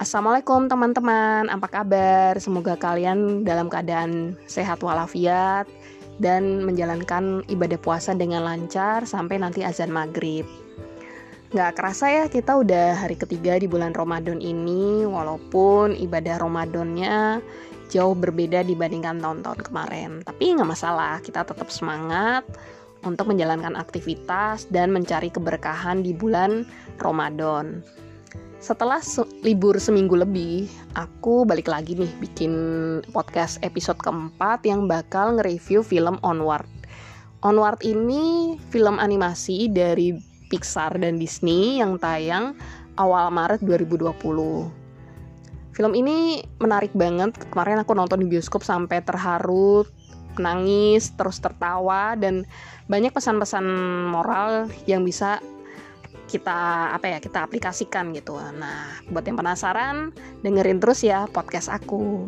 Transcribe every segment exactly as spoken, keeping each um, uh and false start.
Assalamualaikum teman-teman, apa kabar? Semoga kalian dalam keadaan sehat walafiat dan menjalankan ibadah puasa dengan lancar sampai nanti azan maghrib. Gak kerasa ya, kita udah hari ketiga di bulan Ramadan ini, walaupun ibadah Ramadannya jauh berbeda dibandingkan tahun-tahun kemarin. Tapi gak masalah, kita tetap semangat untuk menjalankan aktivitas dan mencari keberkahan di bulan Ramadan. Setelah se- libur seminggu lebih, aku balik lagi nih bikin podcast episode keempat yang bakal nge-review film Onward. Onward ini film animasi dari Pixar dan Disney yang tayang awal Maret dua ribu dua puluh. Film ini menarik banget, kemarin aku nonton di bioskop sampai terharu, menangis, terus tertawa, dan banyak pesan-pesan moral yang bisa kita apa ya kita aplikasikan gitu. Nah, buat yang penasaran, dengerin terus ya podcast aku.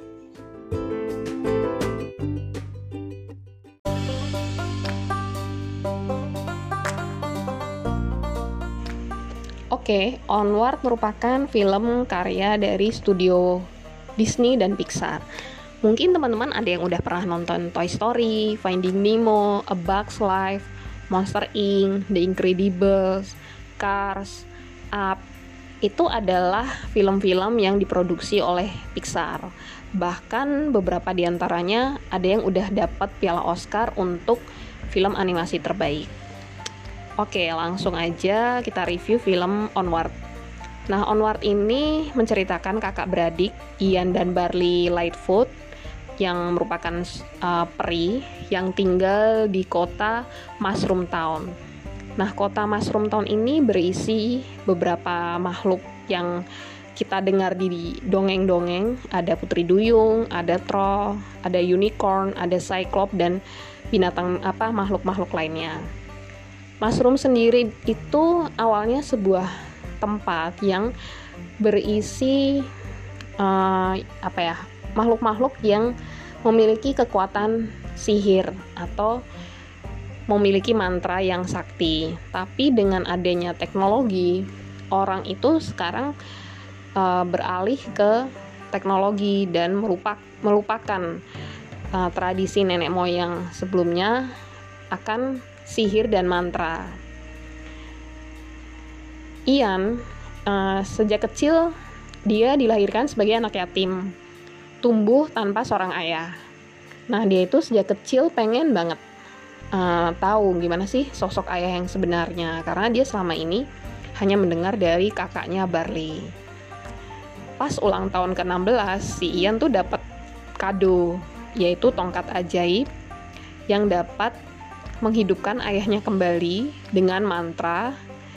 Oke, Onward merupakan film karya dari studio Disney dan Pixar. Mungkin teman-teman ada yang udah pernah nonton Toy Story, Finding Nemo, A Bug's Life, Monster Incorporated, The Incredibles, Cars, Up. Itu adalah film-film yang diproduksi oleh Pixar. Bahkan beberapa diantaranya ada yang udah dapat piala Oscar untuk film animasi terbaik. Oke, langsung aja kita review film Onward. Nah, Onward ini menceritakan kakak beradik Ian dan Barley Lightfoot yang merupakan uh, peri yang tinggal di kota Mushroom Town. Nah, kota Mushroom Town ini berisi beberapa makhluk yang kita dengar di dongeng-dongeng. Ada putri duyung, ada troll, ada unicorn, ada cyclops, dan binatang apa makhluk-makhluk lainnya. Mushroom sendiri itu awalnya sebuah tempat yang berisi uh, apa ya makhluk-makhluk yang memiliki kekuatan sihir atau memiliki mantra yang sakti. Tapi dengan adanya teknologi, orang itu sekarang uh, beralih ke teknologi dan melupak, melupakan uh, tradisi nenek moyang sebelumnya akan sihir dan mantra. Ian uh, sejak kecil dia dilahirkan sebagai anak yatim, tumbuh tanpa seorang ayah. Nah, dia itu sejak kecil pengen banget uh, tahu gimana sih sosok ayah yang sebenarnya, karena dia selama ini hanya mendengar dari kakaknya Barley. Pas ulang tahun ke enam belas, si Ian tuh dapat kado, yaitu tongkat ajaib yang dapat menghidupkan ayahnya kembali dengan mantra.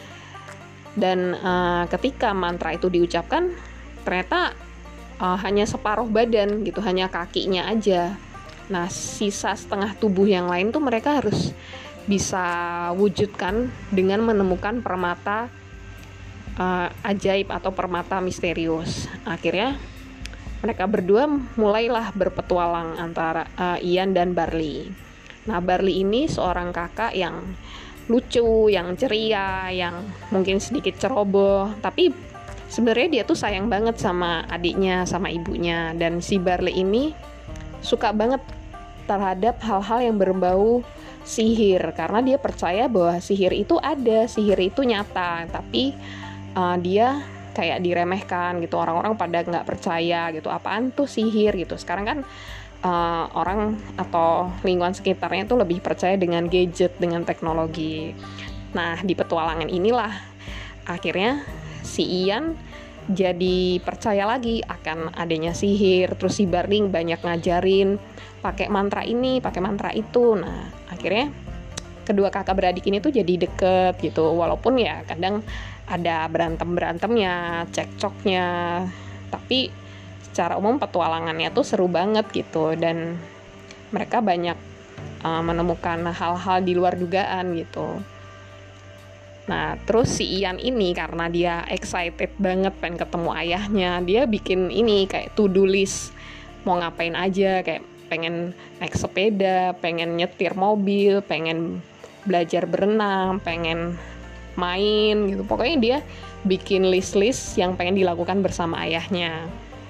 Dan uh, ketika mantra itu diucapkan, ternyata uh, hanya separuh badan gitu, hanya kakinya aja. Nah, sisa setengah tubuh yang lain tuh mereka harus bisa wujudkan dengan menemukan permata uh, ajaib atau permata misterius. Akhirnya mereka berdua mulailah berpetualang antara uh, Ian dan Barley. Nah, Barley ini seorang kakak yang lucu, yang ceria, yang mungkin sedikit ceroboh, tapi sebenarnya dia tuh sayang banget sama adiknya, sama ibunya. Dan si Barley ini suka banget terhadap hal-hal yang berbau sihir, karena dia percaya bahwa sihir itu ada, sihir itu nyata, tapi uh, dia kayak diremehkan gitu, orang-orang pada nggak percaya gitu, apaan tuh sihir gitu. Sekarang kan uh, orang atau lingkungan sekitarnya tuh lebih percaya dengan gadget, dengan teknologi. Nah, di petualangan inilah akhirnya si Ian jadi percaya lagi akan adanya sihir. Terus si Barley banyak ngajarin pakai mantra ini, pakai mantra itu. Nah, akhirnya kedua kakak beradik ini tuh jadi deket gitu, walaupun ya kadang ada berantem-berantemnya, cekcoknya, tapi secara umum petualangannya tuh seru banget gitu, dan mereka banyak uh, menemukan hal-hal di luar dugaan gitu. Nah, terus si Ian ini karena dia excited banget pengen ketemu ayahnya, dia bikin ini kayak to-do list, mau ngapain aja, kayak pengen naik sepeda, pengen nyetir mobil, pengen belajar berenang, pengen main gitu. Pokoknya dia bikin list-list yang pengen dilakukan bersama ayahnya.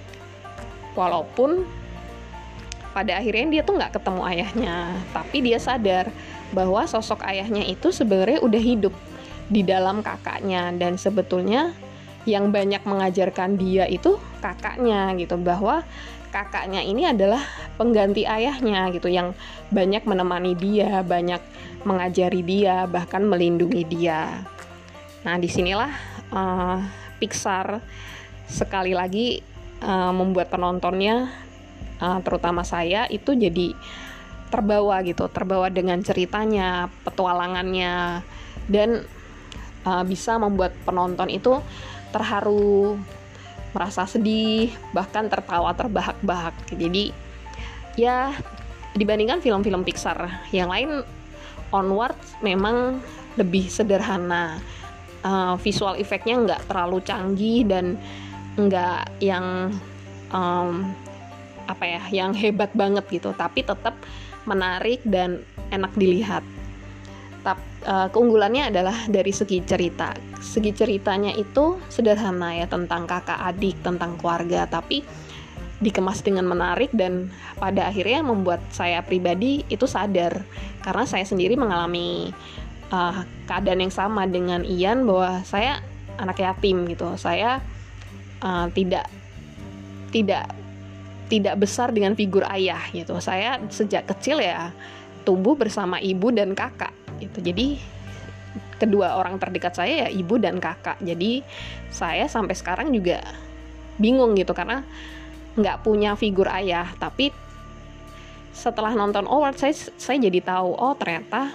Walaupun pada akhirnya dia tuh nggak ketemu ayahnya, tapi dia sadar bahwa sosok ayahnya itu sebenarnya udah hidup di dalam kakaknya, dan sebetulnya yang banyak mengajarkan dia itu kakaknya gitu, bahwa kakaknya ini adalah pengganti ayahnya gitu, yang banyak menemani dia, banyak mengajari dia, bahkan melindungi dia. Nah, disinilah uh, Pixar sekali lagi uh, membuat penontonnya, uh, terutama saya, itu jadi terbawa gitu, terbawa dengan ceritanya, petualangannya, dan uh, bisa membuat penonton itu terharu, merasa sedih, bahkan tertawa terbahak-bahak. Jadi ya dibandingkan film-film Pixar yang lain, Onward memang lebih sederhana, uh, visual efeknya nggak terlalu canggih dan nggak yang um, apa ya, yang hebat banget gitu, tapi tetap menarik dan enak dilihat. Tapi uh, keunggulannya adalah dari segi cerita. Segi ceritanya itu sederhana ya, tentang kakak adik, tentang keluarga, tapi dikemas dengan menarik, dan pada akhirnya membuat saya pribadi itu sadar, karena saya sendiri mengalami uh, keadaan yang sama dengan Ian, bahwa saya anak yatim gitu. Saya uh, tidak tidak tidak besar dengan figur ayah gitu. Saya sejak kecil ya tumbuh bersama ibu dan kakak gitu. Jadi kedua orang terdekat saya ya ibu dan kakak. Jadi saya sampai sekarang juga bingung gitu, karena nggak punya figur ayah. Tapi setelah nonton Onward, saya saya jadi tahu, oh ternyata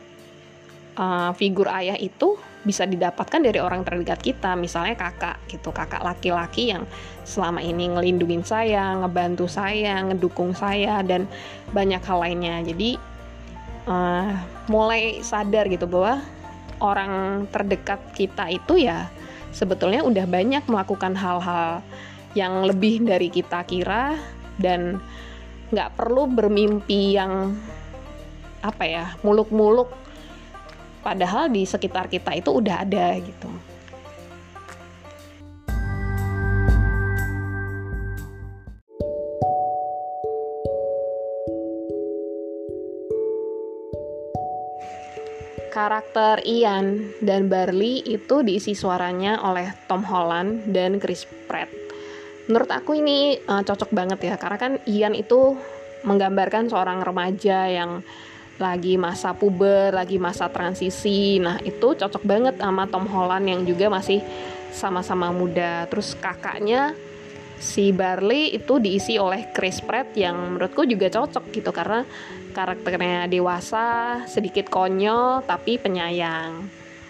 uh, figur ayah itu bisa didapatkan dari orang terdekat kita, misalnya kakak gitu, kakak laki-laki yang selama ini ngelindungin saya, ngebantu saya, ngedukung saya, dan banyak hal lainnya. Jadi uh, mulai sadar gitu bahwa orang terdekat kita itu ya sebetulnya udah banyak melakukan hal-hal yang lebih dari kita kira, dan nggak perlu bermimpi yang apa ya, muluk-muluk, padahal di sekitar kita itu udah ada gitu. Karakter Ian dan Barley itu diisi suaranya oleh Tom Holland dan Chris Pratt. Menurut aku ini uh, cocok banget ya, karena kan Ian itu menggambarkan seorang remaja yang lagi masa puber, lagi masa transisi. Nah, itu cocok banget sama Tom Holland yang juga masih sama-sama muda. Terus kakaknya si Barley itu diisi oleh Chris Pratt yang menurutku juga cocok gitu, karena karakternya dewasa, sedikit konyol, tapi penyayang.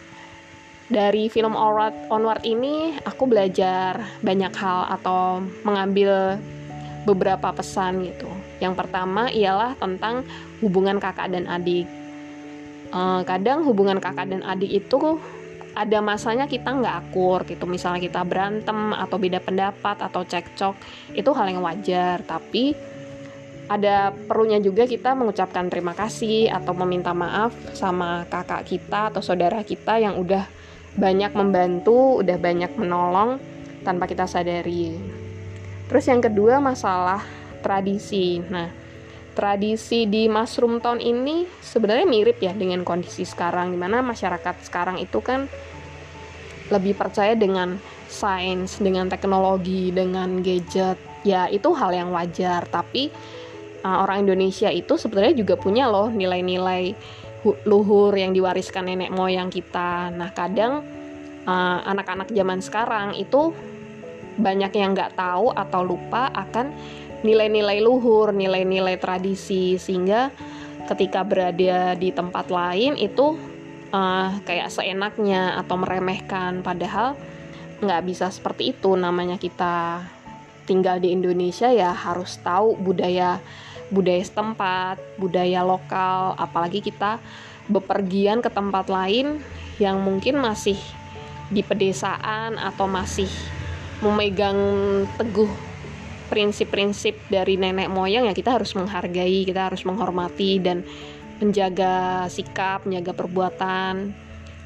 Dari film Onward, Onward ini aku belajar banyak hal atau mengambil beberapa pesan gitu. Yang pertama ialah tentang hubungan kakak dan adik. Eh, kadang hubungan kakak dan adik itu ada masanya kita nggak akur gitu. Misalnya kita berantem atau beda pendapat atau cekcok, itu hal yang wajar. Tapi ada perlunya juga kita mengucapkan terima kasih atau meminta maaf sama kakak kita atau saudara kita yang udah banyak membantu, udah banyak menolong tanpa kita sadari. Terus yang kedua, masalah tradisi. Nah, tradisi di Mushroom Town ini sebenarnya mirip ya dengan kondisi sekarang, dimana masyarakat sekarang itu kan lebih percaya dengan sains, dengan teknologi, dengan gadget. Ya, itu hal yang wajar, tapi uh, orang Indonesia itu sebenarnya juga punya loh nilai-nilai luhur yang diwariskan nenek moyang kita. Nah, kadang uh, anak-anak zaman sekarang itu banyak yang nggak tahu atau lupa akan nilai-nilai luhur, nilai-nilai tradisi, sehingga ketika berada di tempat lain itu uh, kayak seenaknya atau meremehkan, padahal nggak bisa seperti itu. Namanya kita tinggal di Indonesia ya harus tahu budaya budaya setempat, budaya lokal, apalagi kita bepergian ke tempat lain yang mungkin masih di pedesaan atau masih memegang teguh prinsip-prinsip dari nenek moyang, ya kita harus menghargai, kita harus menghormati dan menjaga sikap, menjaga perbuatan.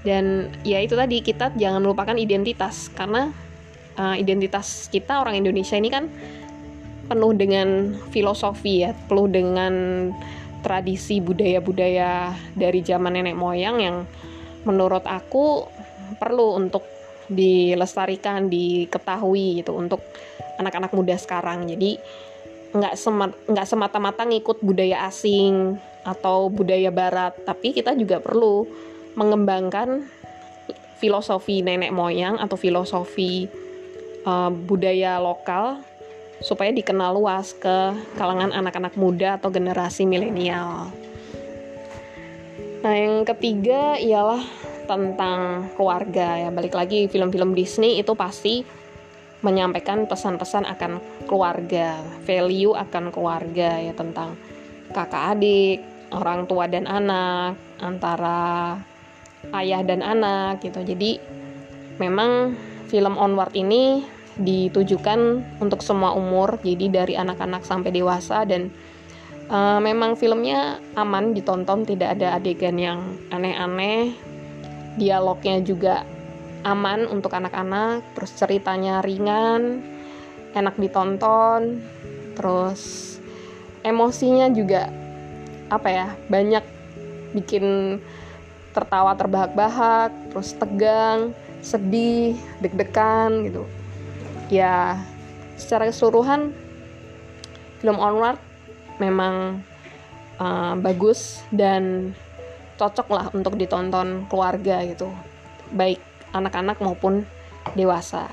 Dan ya itu tadi, kita jangan melupakan identitas, karena uh, identitas kita orang Indonesia ini kan penuh dengan filosofi ya, penuh dengan tradisi budaya-budaya dari zaman nenek moyang yang menurut aku perlu untuk dilestarikan, diketahui gitu untuk anak-anak muda sekarang. Jadi nggak semat, nggak semata-mata ngikut budaya asing atau budaya barat, tapi kita juga perlu mengembangkan filosofi nenek moyang atau filosofi uh, budaya lokal supaya dikenal luas ke kalangan anak-anak muda atau generasi milenial. Nah, yang ketiga ialah tentang keluarga ya. Balik lagi, film-film Disney itu pasti menyampaikan pesan-pesan akan keluarga, value akan keluarga ya, tentang kakak adik, orang tua dan anak, antara ayah dan anak gitu. Jadi memang film Onward ini ditujukan untuk semua umur, jadi dari anak-anak sampai dewasa, dan uh, memang filmnya aman ditonton, tidak ada adegan yang aneh-aneh, dialognya juga aman untuk anak-anak, terus ceritanya ringan, enak ditonton, terus emosinya juga apa ya, banyak bikin tertawa terbahak-bahak, terus tegang, sedih, deg-degan gitu. Ya, secara keseluruhan film Onward memang uh, bagus dan cocok lah untuk ditonton keluarga gitu, baik anak-anak maupun dewasa.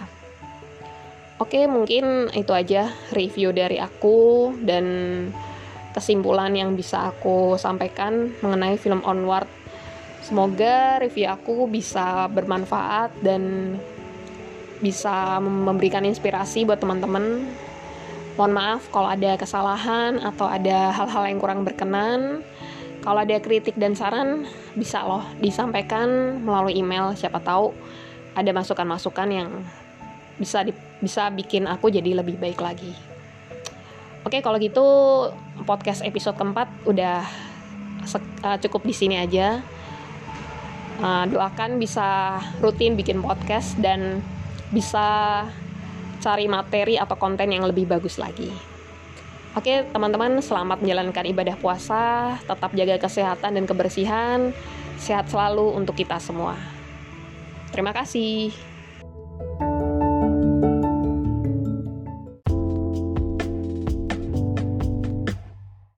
Oke, mungkin itu aja review dari aku dan kesimpulan yang bisa aku sampaikan mengenai film Onward. Semoga review aku bisa bermanfaat dan bisa memberikan inspirasi buat teman-teman. Mohon maaf kalau ada kesalahan atau ada hal-hal yang kurang berkenan. Kalau ada kritik dan saran, bisa loh disampaikan melalui email. Siapa tahu ada masukan-masukan yang bisa di, bisa bikin aku jadi lebih baik lagi. Oke, kalau gitu podcast episode keempat udah sek- uh, cukup di sini aja. Uh, doakan bisa rutin bikin podcast dan bisa cari materi atau konten yang lebih bagus lagi. Oke teman-teman, selamat menjalankan ibadah puasa, tetap jaga kesehatan dan kebersihan, sehat selalu untuk kita semua. Terima kasih.